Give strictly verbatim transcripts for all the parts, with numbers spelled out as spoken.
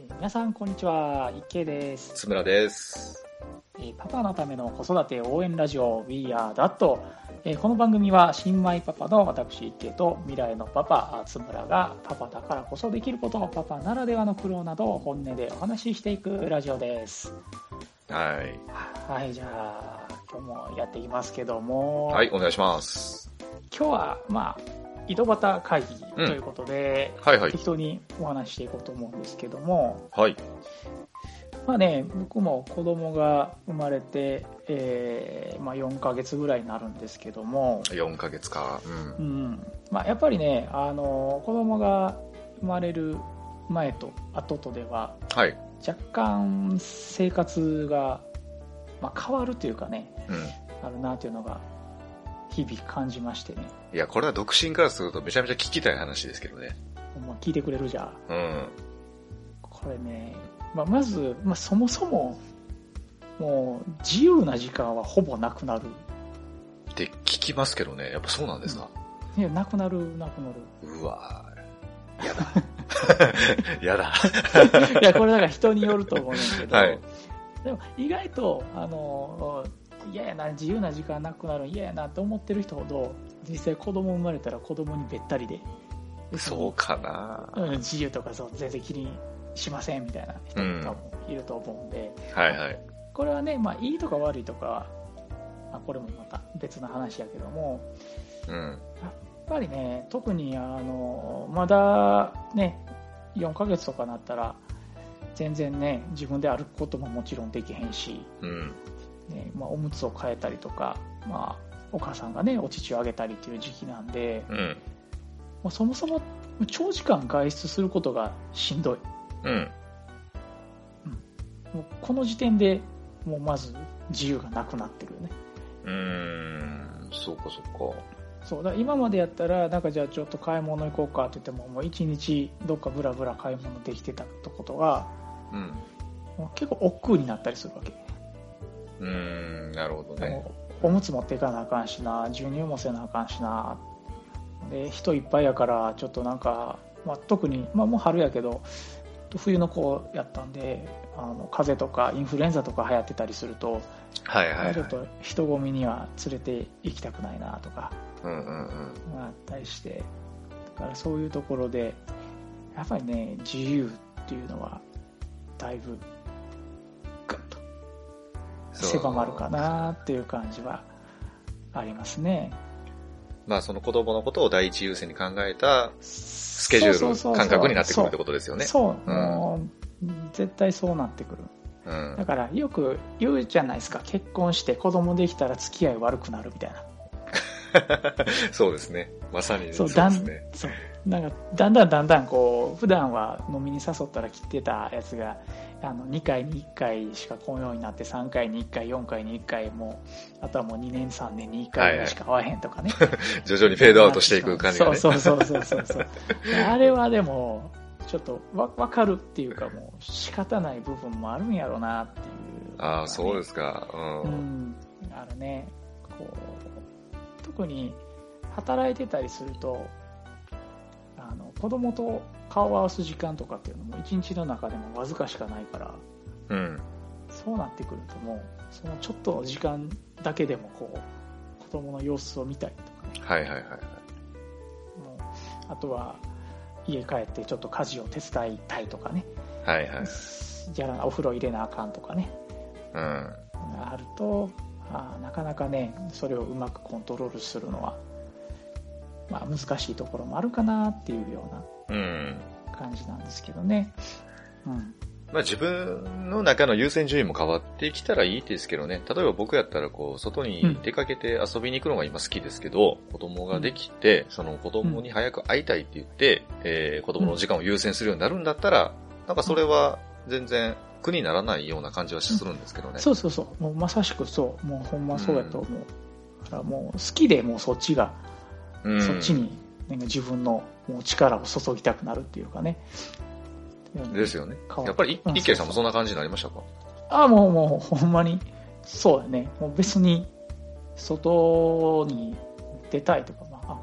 ー、皆さんこんにちは、池です。 津村です、 えー、パパのための子育て応援ラジオ We Are That、えー、この番組は新米パパの私池と未来のパパ津村がパパだからこそできること、パパならではの苦労などを本音でお話ししていくラジオです。 はいはい、じゃあ今日もやっていきますけども、 はい、お願いします。 今日はまあ井戸端会議ということで、うんはいはい、適当にお話ししていこうと思うんですけども、 はい、 まあね、僕も子供が生まれて、えーまあ、よんかげつぐらいになるんですけども、 よんかげつか、うんうんまあ、やっぱりね、あの子供が生まれる前と後とでは、 はい、 若干生活が、まあ、変わるというかね、 うん、 あるなというのが日々感じましてね。 いや、これは独身からするとめちゃめちゃ聞きたい話ですけどね。 もう聞いてくれるじゃん。 うん。 これね、まあ、まず、まあ、そもそももう自由な時間はほぼなくなるって聞きますけどね。やっぱそうなんですか？ うん、いや、なくなるなくなる。 うわー、やだやだいや、これだから人によると思うんですけど、 はい、 でも意外とあの嫌やな、自由な時間なくなる嫌やなって思ってる人ほど、実際子供生まれたら子供にべったりで、 そうかな、 うん、自由とかそう全然気にしませんみたいな人とかもいると思うんで、 うん、はいはい、 これはね、まあ、いいとか悪いとか、まあ、これもまた別の話やけども、 うん、 やっぱりね、特にあのまだねよんかげつとかなったら全然ね自分で歩くことももちろんできへんし、 うんねまあ、おむつを替えたりとか、まあ、お母さんがねお乳をあげたりっていう時期なんで、 うん、 まあ、そもそも長時間外出することがしんどい、 うんうん、 もうこの時点でもうまず自由がなくなってるよね。 うーん、そうかそうか。 そうだ、今までやったらなんかじゃあちょっと買い物行こうかって言ってももう一日どっかブラブラ買い物できてたことが、 うん、 もう結構億劫になったりするわけ。 うーん、なるほどね。 おむつ持っていかなあかんしな、授乳もせなあかんしな、で人いっぱいやからちょっとなんか、まあ、特に、まあ、もう春やけど冬の子やったんで、あの風邪とかインフルエンザとか流行ってたりすると、 はいはいはい、 ちょっと人混みには連れて行きたくないなとか、 うんうんうん、 あったりして、だからそういうところでやっぱりね自由っていうのはだいぶグッと狭まるかなっていう感じはありますね。 まあその子供のことを第一優先に考えたスケジュール感覚になってくるってことですよね。 そう、そうそう、もう絶対そうなってくる。うん、だからよく言うじゃないですか、結婚して子供できたら付き合い悪くなるみたいな。 そうですね、まさにそうですね。 そうなんかだんだんだんだんこう普段は飲みに誘ったら来てたやつがあのにかいにいっかいしか来んようになってさんかいにいっかいよんかいにいっかい、もうあとはもうにねんさんねんにいっかいぐらいしか会わへんとかね、はいはい、 徐々にフェードアウトしていく感じがね。 そうそうそうそうそうあれはでもちょっとわ分かるっていうか、もう仕方ない部分もあるんやろうなっていう、ね、 ああ、そうですか。うん、 うん、あるね。こう特に働いてたりすると、あの子供と顔を合わす時間とかっていうのも一日の中でもわずかしかないから、 うん、 そうなってくるともうそのちょっとの時間だけでもこう子供の様子を見たりとか、ね、 はいはいはいはい、 もうあとは家帰ってちょっと家事を手伝いたいとかね、 はいはい、 じゃあお風呂入れなあかんとかね、 うん、 あると、あなかなかねそれをうまくコントロールするのは、まあ、難しいところもあるかなっていうような感じなんですけどね、うん、 まあ、自分の中の優先順位も変わってきたらいいですけどね。例えば僕やったらこう外に出かけて遊びに行くのが今好きですけど、うん、子供ができてその子供に早く会いたいって言って、うんえー、子供の時間を優先するようになるんだったら、なんかそれは全然苦にならないような感じはするんですけどね、うん、 そうそうそう、もうまさしくそう、もうほんまそうやと思う、うん、だからもう好きでもうそっちが、うん、そっちに、ね、自分のもう力を注ぎたくなるっていうかね。 ですよね。やっぱり一慶さんもそんな感じになりましたか？ ああ、もうもうほんまにそうだね。もう別に外に出たいとか、まあ、あごめん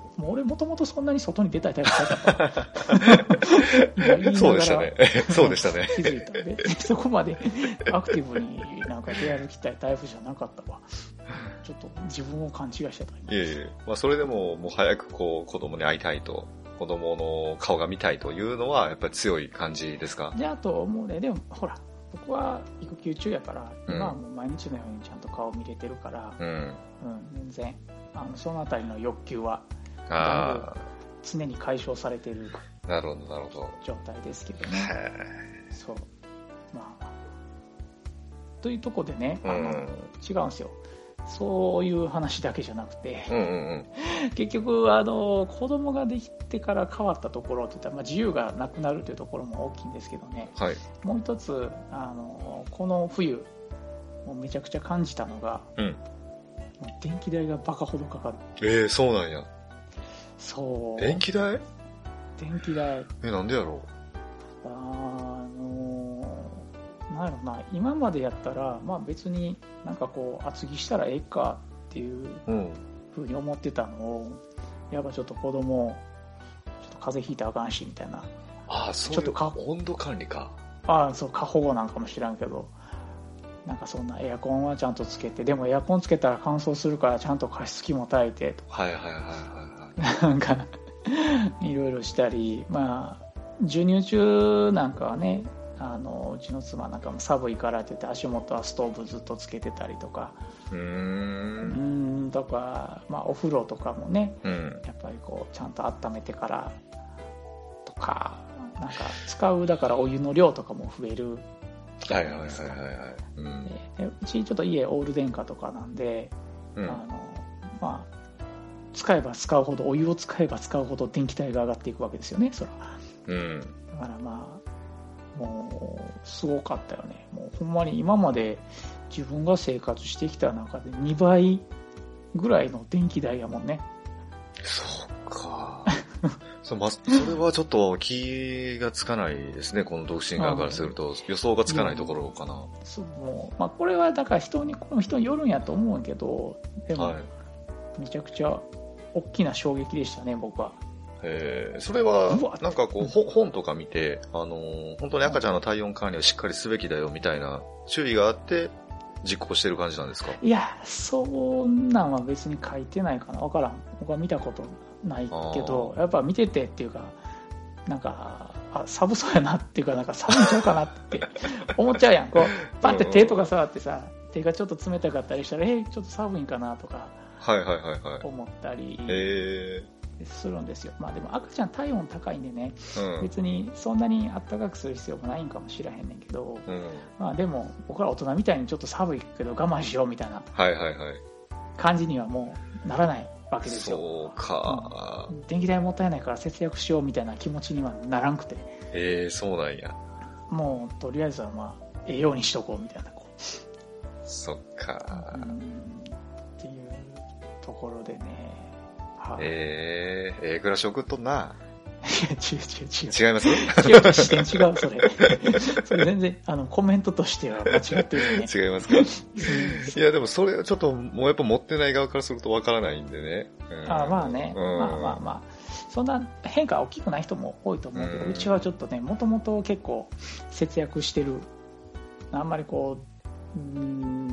もう俺もともとそんなに外に出たいタイプだったそうでしたね。そうでしたね。 気づいたんで、そこまでアクティブになんか出歩きたいタイプじゃなかったわ。ちょっと自分を勘違いしてた。 いえいえ、まあそれでももう早くこう子供に会いたいと、子供の顔が見たいというのはやっぱり強い感じですか？ で、あともうね、でもほら、僕は育休中やから、うん、今はもう毎日のようにちゃんと顔見れてるから、うん、うん、全然あのそのあたりの欲求はあ常に解消されてるなるほどなるほど状態ですけどね。そう、まあというとこでね、あの、うん、違うんですよ。そういう話だけじゃなくて、うんうんうん、結局あの子供ができてから変わったところっていったら、まあ、自由がなくなるというところも大きいんですけどね、はい、もう一つあのこの冬もうめちゃくちゃ感じたのが、うん、もう電気代がバカほどかかる。 えー、そうなんや。 そう。 電気代？ 電気代。 え、なんでやろう。 あのなんやろな、今までやったら、まあ別になんかこう厚着したらええかっていうふうに思ってたのを、うん、やっぱちょっと子供ちょっと風邪ひいたらあかんしみたいな。 ああ、そういうちょっと温度管理か。 ああ、そう過保護なんかもしらんけど、なんかそんなエアコンはちゃんとつけて、でもエアコンつけたら乾燥するからちゃんと加湿器も焚いてとか。はいはいはいはいはい。なんかいろいろしたり、まあ授乳中なんかはね。あのうちの妻なんかも寒いからって言って足元はストーブずっとつけてたりとかうーんとか、まあ、お風呂とかもね、うん、やっぱりこうちゃんと温めてからとかなんか使うだからお湯の量とかも増えるじゃないですか。うちちょっと家オール電化とかなんで、うん、あのまあ使えば使うほどお湯を使えば使うほど電気代が上がっていくわけですよね。そら、うん、だからまあもうすごかったよね。もうほんまに今まで自分が生活してきた中でにばいぐらいの電気代やもんね。 そうかそ, ま、それはちょっと気がつかないですね。この独身側からすると予想がつかないところかな。 そう、もう、まあ、これはだから人にこの人によるんやと思うんやけど、でも、はい、めちゃくちゃ大きな衝撃でしたね、僕は。 えー、それはなんかこう、うん、本とか見て、あのー、本当に赤ちゃんの体温管理をしっかりすべきだよみたいな注意があって実行してる感じなんですか？ いや、そんなんは別に書いてないかな。わからん。僕は見たことないけど、やっぱ見ててっていうか、なんかあ寒そうやなっていうか、なんか寒いんちゃうかなって思っちゃうやん。こうパッて手とか触ってさ、手がちょっと冷たかったりしたら、えー、ちょっと寒いんかなとか思ったり。へーするんですよ。まあでも赤ちゃん体温高いんでね、うん、別にそんなに暖かくする必要もないんかもしれへんねんけど、うん、まあでも僕ら大人みたいにちょっと寒いけど我慢しようみたいな感じにはもうならないわけですよ。 そうか、 うん、電気代もったいないから節約しようみたいな気持ちにはならんくて。 へえ、そうなんや。 もうとりあえずはまあ栄養にしとこうみたいなこう。 そっか、うん、 っていうところでね。 えー、ええ暮らし送っとんな。 いや、違う違う違う。 違います？ 違う、視点違う、それ。それ全然、あの、コメントとしては間違ってるね。 違いますか？いや、でもそれ、ちょっと、もうやっぱ持ってない側からするとわからないんでね。 うん、あまあね、うん、まあまあまあ。そんな変化大きくない人も多いと思うけど、うん、うちはちょっとね、もともと結構節約してる。あんまりこう、うん、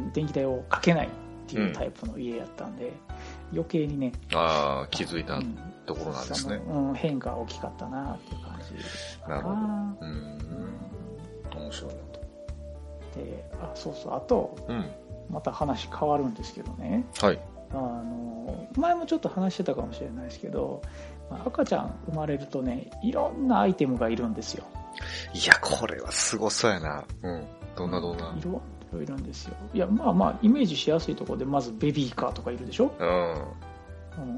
電気代をかけないっていうタイプの家やったんで、うん余計にね、 ああ気づいたところなんですね。 うん、変化大きかったなっていう感じかな。なるほど。うん、 うん、面白いなと。 で、あ、そうそう、あと、うん、また話変わるんですけどね。はい。あの前もちょっと話してたかもしれないですけど、赤ちゃん生まれるとね、いろんなアイテムがいるんですよ。 いや、これはすごそうやな。うん。どんなどんな。 色いるんですよ。いや、まあまあイメージしやすいところでまずベビーカーとかいるでしょ。うん。うん、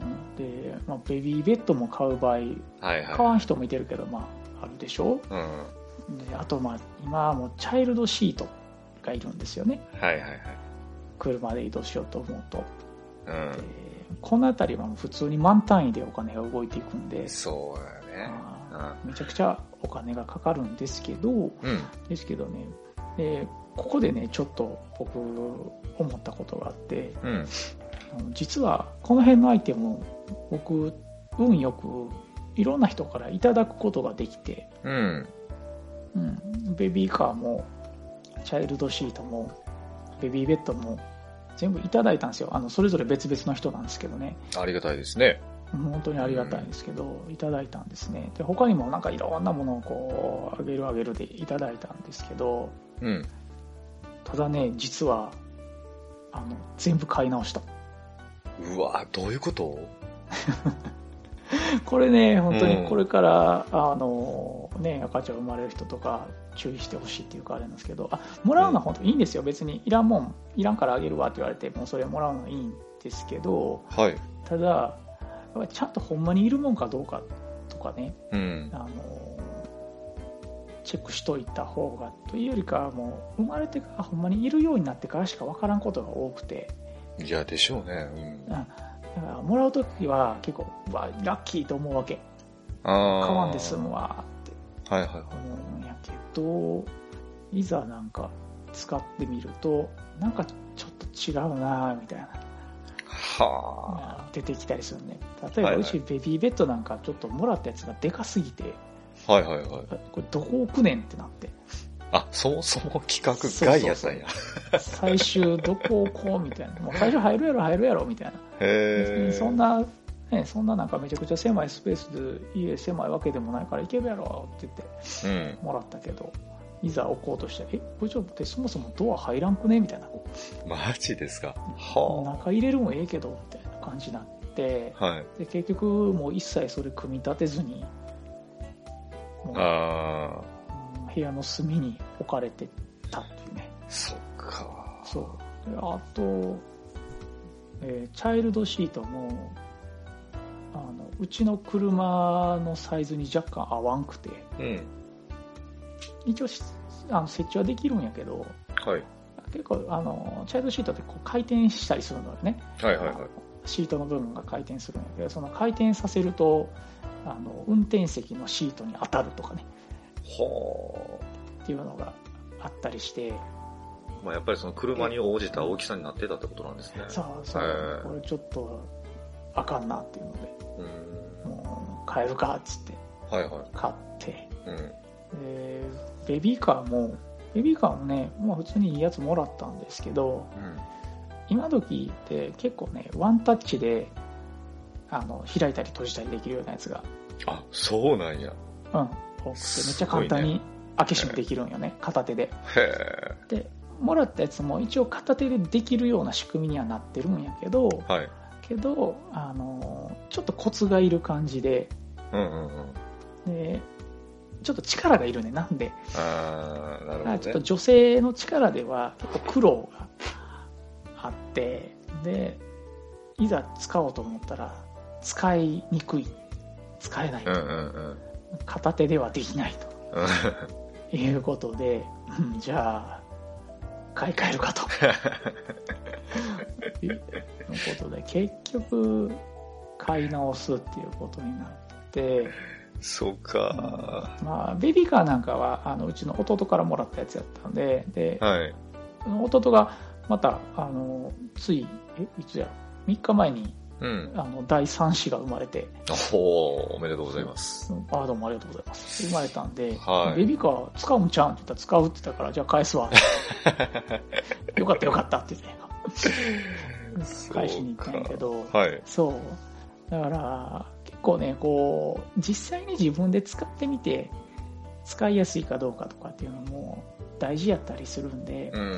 で、まあ、ベビーベッドも買う場合、はいはい、買わん人もいてるけど、まああるでしょ。うん。で、あとまあ今はもうチャイルドシートがいるんですよね。はいはいはい。車で移動しようと思うと。うん。で、このあたりは普通に万単位でお金が動いていくんで。 そうだね。 うん、めちゃくちゃお金がかかるんですけど、うん、ですけどね。でここでねちょっと僕思ったことがあって、うん、実はこの辺のアイテム僕運よくいろんな人からいただくことができて、 うんうん、ベビーカーもチャイルドシートもベビーベッドも全部いただいたんですよ。あのそれぞれ別々の人なんですけどね。 ありがたいですね。 本当にありがたいんですけど、うん、いただいたんですね。で他にもなんかいろんなものをこうあげるあげるでいただいたんですけど、 うん、 ただね実はあの全部買い直した。 うわどういうことこれね本当にこれから、うん、あのね赤ちゃん生まれる人とか注意してほしいっていうかあれなんですけど、あもらうのは本当にいいんですよ。別にいらんもんいらんからあげるわって言われてもうそれもらうのはいいんですけど、 はい、 ただちゃんとほんまにいるもんかどうかとかね、 うん、 あのチェックしといた方がというよりかはもう生まれてからほんまにいるようになってからしか分からんことが多くて、 いやでしょうね、うん、 だからもらうときは結構わラッキーと思うわけ。 あ買わんで済むわってはいはいはい思うんやけど、いざなんか使ってみるとなんかちょっと違うなみたいなはあ出てきたりするね。例えばうちベビーベッドなんかちょっともらったやつがでかすぎて、 はいはいはい、 これどこ置くねんってなって、 あそもそも企画外やったんや。 そうそうそう最終どこ置こうみたいな、もう最初入るやろ入るやろみたいな。 へ別にそんなね、そんななんかめちゃくちゃ狭いスペースで家狭いわけでもないからいけるやろって言ってもらったけど、うん、いざ置こうとしてえこれちょっとそもそもドア入らんくねみたいな。 マジですか。はあ、中入れるもええけどみたいな感じになって、 はい、 で結局もう一切それ組み立てずにもうあ部屋の隅に置かれてたっていうね。 そっか。 そうであと、えー、チャイルドシートもあのうちの車のサイズに若干合わんくて、 うん、 一応あの設置はできるんやけど、 はい、 結構あのチャイルドシートってこう回転したりするのよね、 はいはいはい、 シートの部分が回転するんやけど、その回転させるとあの運転席のシートに当たるとかねはっていうのがあったりして、 まあ、やっぱりその車に応じた大きさになってたってことなんですね。 そうそう、これちょっとあかんなっていうので、うん、もう買えるかっつって買って、はいはい、うん、でベビーカーもベビーカーもね、まあ、普通にいいやつもらったんですけど、うん、今時って結構ねワンタッチであの開いたり閉じたりできるようなやつが、 あ、そうなんや、うん、 多くてめっちゃ簡単に開け閉めできるんよね、片手で。へー。でもらったやつも一応片手でできるような仕組みにはなってるんやけど、はい、けどあのちょっとコツがいる感じで、うんうんうん、でちょっと力がいるね。なんで、あ、なるほどね、ちょっと女性の力では結構苦労があって、でいざ使おうと思ったら使いにくい、使えないと、うんうんうん、片手ではできないということで、うん、じゃあ買い替えるかということで結局買い直すっていうことになって、 そうか、 うん、まあベビーカーなんかはあのうちの弟からもらったやつやったんで、で、はい、弟がまたあのついえいつやみっかまえに、うん、あのだいさん子が生まれて、 おおめでとうございます。 あ、どうもありがとうございます。生まれたんで、はい、ベビーカー使うんちゃうんって言ったら使うって言ったから、じゃあ返すわよかったよかったって言って返しに行ったんやけど、はい、そうだから結構ねこう実際に自分で使ってみて使いやすいかどうかとかっていうのも大事やったりするんで、うん、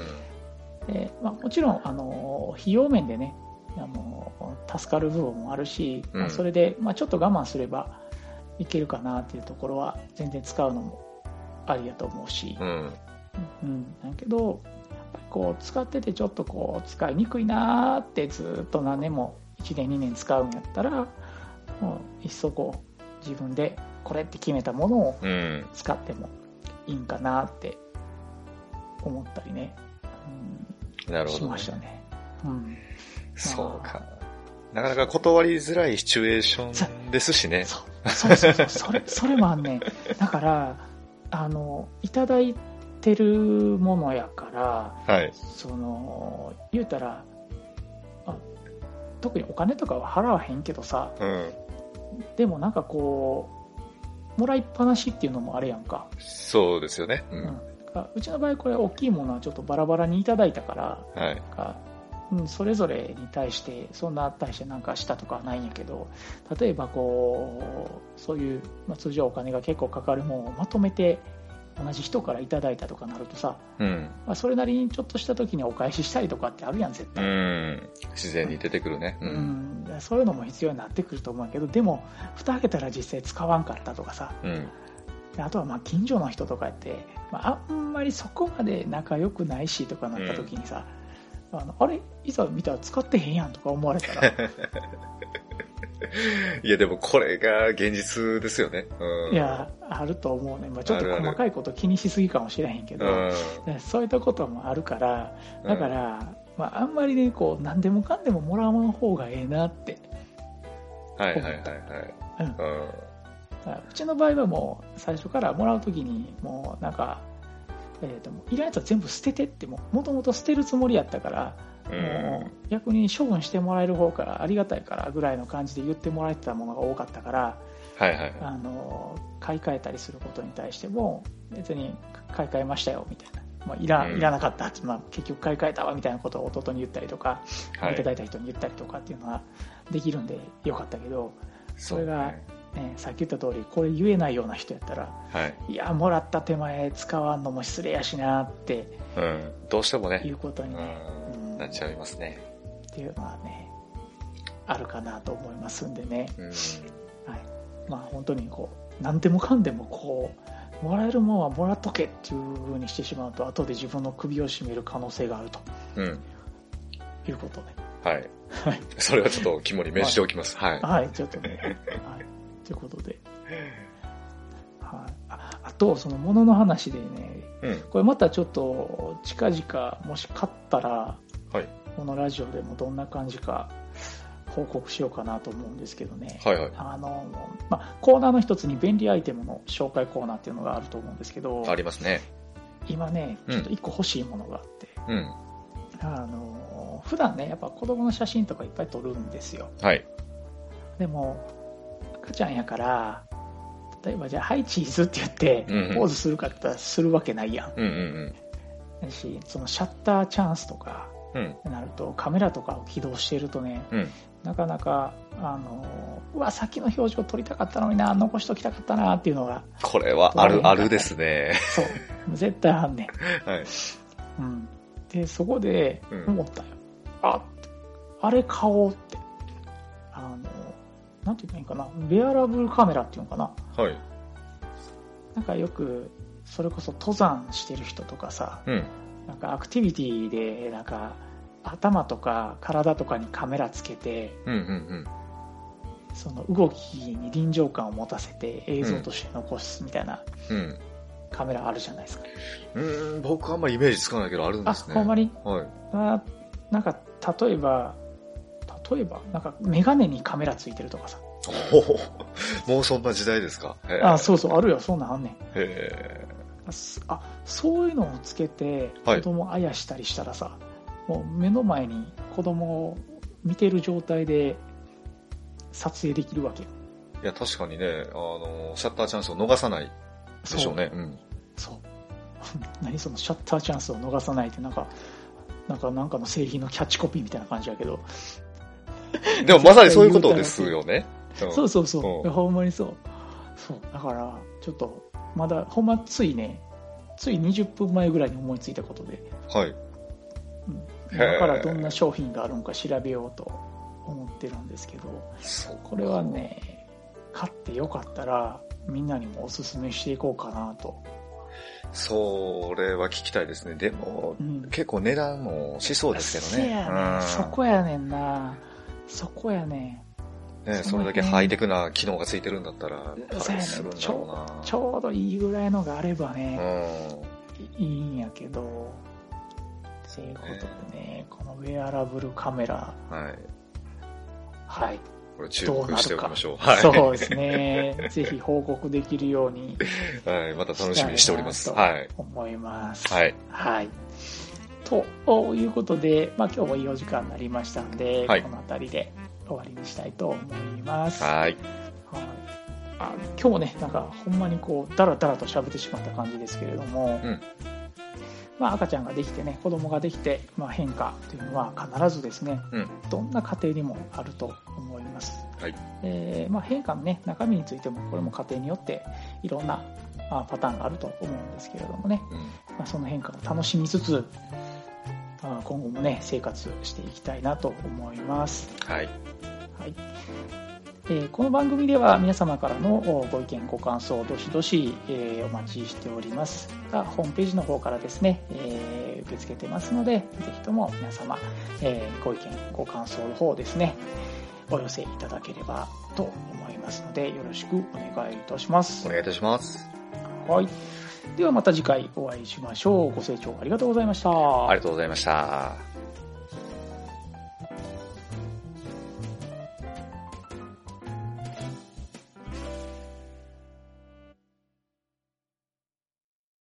でまあ、もちろんあの費用面でねあの助かる部分もあるし、うん、まあ、それで、まあ、ちょっと我慢すればいけるかなっていうところは全然使うのもありやと思うし、うんうん、だけどやっぱりこう使っててちょっとこう使いにくいなーってずっと何年もいちねんにねん使うんやったらもういっそこう自分でこれって決めたものを使ってもいいんかなって思ったりね、うん、なるほどね、しましたね、うん、 そうか、なかなか断りづらいシチュエーションですしね。 そうそうそうそうそれそれもあんねん。だからあのいただいてるものやから、はい、その言うたらあ特にお金とかは払わへんけどさ、うん、 でもなんかこうもらいっぱなしっていうのもあれやんか。 そうですよね。うん。 うん、うちの場合これ大きいものはちょっとバラバラにいただいたから、 はい。 かうん、それぞれに対してそんな対してなんかしたとかはないんやけど、例えばこうそういう、まあ、通常お金が結構かかるものをまとめて同じ人からいただいたとかなるとさ、 うんまあ、それなりにちょっとした時にお返ししたりとかってあるやん絶対。 うん。自然に出てくるね。 うん、うん、そういうのも必要になってくると思うけど、でも蓋開けたら実際使わんかったとかさ、 うん。 あとはまあ近所の人とかやって、まあ、あんまりそこまで仲良くないしとかなった時にさ、うん、あのあれいざ見たら使ってへんやんとか思われたらいやでもこれが現実ですよね。うん、 いやあると思うね、まあ、ちょっと細かいこと気にしすぎかもしれへんけど、 うん、 そういったこともあるからだから、うんまあ、あんまりねこう何でもかんでももらわん方がええなってはいはいはいはい、うんうんうちの場合はもう最初からもらうときにもうなんか、えー、といらんやつは全部捨ててってもともと捨てるつもりやったから、うん、もう逆に処分してもらえる方からありがたいからぐらいの感じで言ってもらえてたものが多かったから、 はいはい、 あの買い替えたりすることに対しても別に買い替えましたよみたいな、まあ、いら、うん、いらなかった、まあ、結局買い替えたわみたいなことを弟に言ったりとか、はい、いただいた人に言ったりとかっていうのはできるんでよかったけど、それがね、さっき言った通りこれ言えないような人やったら、はい、いやもらった手前使わんのも失礼やしなって、 うん、どうしてもねいうことに、ねうん、なっちゃいますねっていうのはねあるかなと思いますんでね、うんはいまあ、本当にこう何でもかんでもこうもらえるものはもらっとけっていう風にしてしまうと後で自分の首を絞める可能性があると、うん、いうことではい、はい、それはちょっと肝に銘じておきますはい、 はい、ちょっとね、はいということで、はい、あ, あとその物の話でね、うん、これまたちょっと近々もし買ったら、はい、このラジオでもどんな感じか報告しようかなと思うんですけどね、はいはいあのまあ、コーナーの一つに便利アイテムの紹介コーナーっていうのがあると思うんですけどありますね今ねちょっと一個欲しいものがあって、うん、あの普段ねやっぱ子供の写真とかいっぱい撮るんですよ、はい、でも赤ちゃんやから例えばじゃあはいチーズって言ってポーズするかって言ったらするわけないやん、うんうんうん、しそのシャッターチャンスとかになると、うん、カメラとかを起動しているとね、うん、なかなかあのうわさっきの表情撮りたかったのにな残しときたかったなっていうのがこれはあるあるですねそう絶対あんねん、はいうん、でそこで思ったよ、うん、ああれ買おうってあのなんて言うのいいかなベアラブルカメラっていうのかなはいなんかよくそれこそ登山してる人とかさ、うん、なんかアクティビティでなんか頭とか体とかにカメラつけて、うんうんうん、その動きに臨場感を持たせて映像として残すみたいなカメラあるじゃないですか、 うん、うん僕はあんまりイメージつかないけどあるんですねあほんまに、はいまあ、なんか例えば例えばなんかメガネにカメラついてるとかさもうそんな時代ですかあそうそうあるよそんなんあんねんへあそういうのをつけて子供あやしたりしたらさ、はい、もう目の前に子供を見てる状態で撮影できるわけよいや確かにねあのシャッターチャンスを逃さないでしょうねそう、うん、 そう何そのシャッターチャンスを逃さないってなんかなんかなんかの製品のキャッチコピーみたいな感じだけどでもまさにそういうことですよね。 うん、そうそうそう、うん、ほんまにそう。そうだからちょっとまだほんまついねついにじゅっぷんまえぐらいに思いついたことで、はい。うん、だからどんな商品があるのか調べようと思ってるんですけど、これはね買ってよかったらみんなにもおすすめしていこうかなと。 それは聞きたいですね。でも、うん、結構値段もしそうですけどね。 そやね、うん、そこやねんな。そこやね。 ねそれだけハイテクな機能がついてるんだったら、 そうやねん。ちょう、ちょうどいいぐらいのがあればね、うん、いいんやけど。ということでね、このウェアラブルカメラ。はい。はい。 これ注目しておきましょう。 はい、そうですね。ぜひ報告できるように。 はい。また楽しみにしております。 はい。思います。はい。はい。ということで、まあ今日もいいお時間になりましたので、はい、この辺りで終わりにしたいと思います。はい。 あ今日もね、なんかほんまにこう、だらだらと喋ってしまった感じですけれども、 うん、 まあ赤ちゃんができてね、子供ができて、まあ、変化というのは必ずですね、 うん、 どんな家庭にもあると思います。 はい。 えーまあ、変化のね、中身についても、これも家庭によっていろんなパターンがあると思うんですけれどもね、うんまあ、その変化を楽しみつつ、今後もね、生活していきたいなと思います。 はい。 はいえー、この番組では皆様からのご意見ご感想をどしどし、えー、お待ちしておりますが、ホームページの方からですね、えー、受け付けてますので、ぜひとも皆様、えー、ご意見ご感想の方ですね、お寄せいただければと思いますので、よろしくお願いいたします。 お願いいたします。 はい。ではまた次回お会いしましょう。ご清聴ありがとうございました。 ありがとうございました。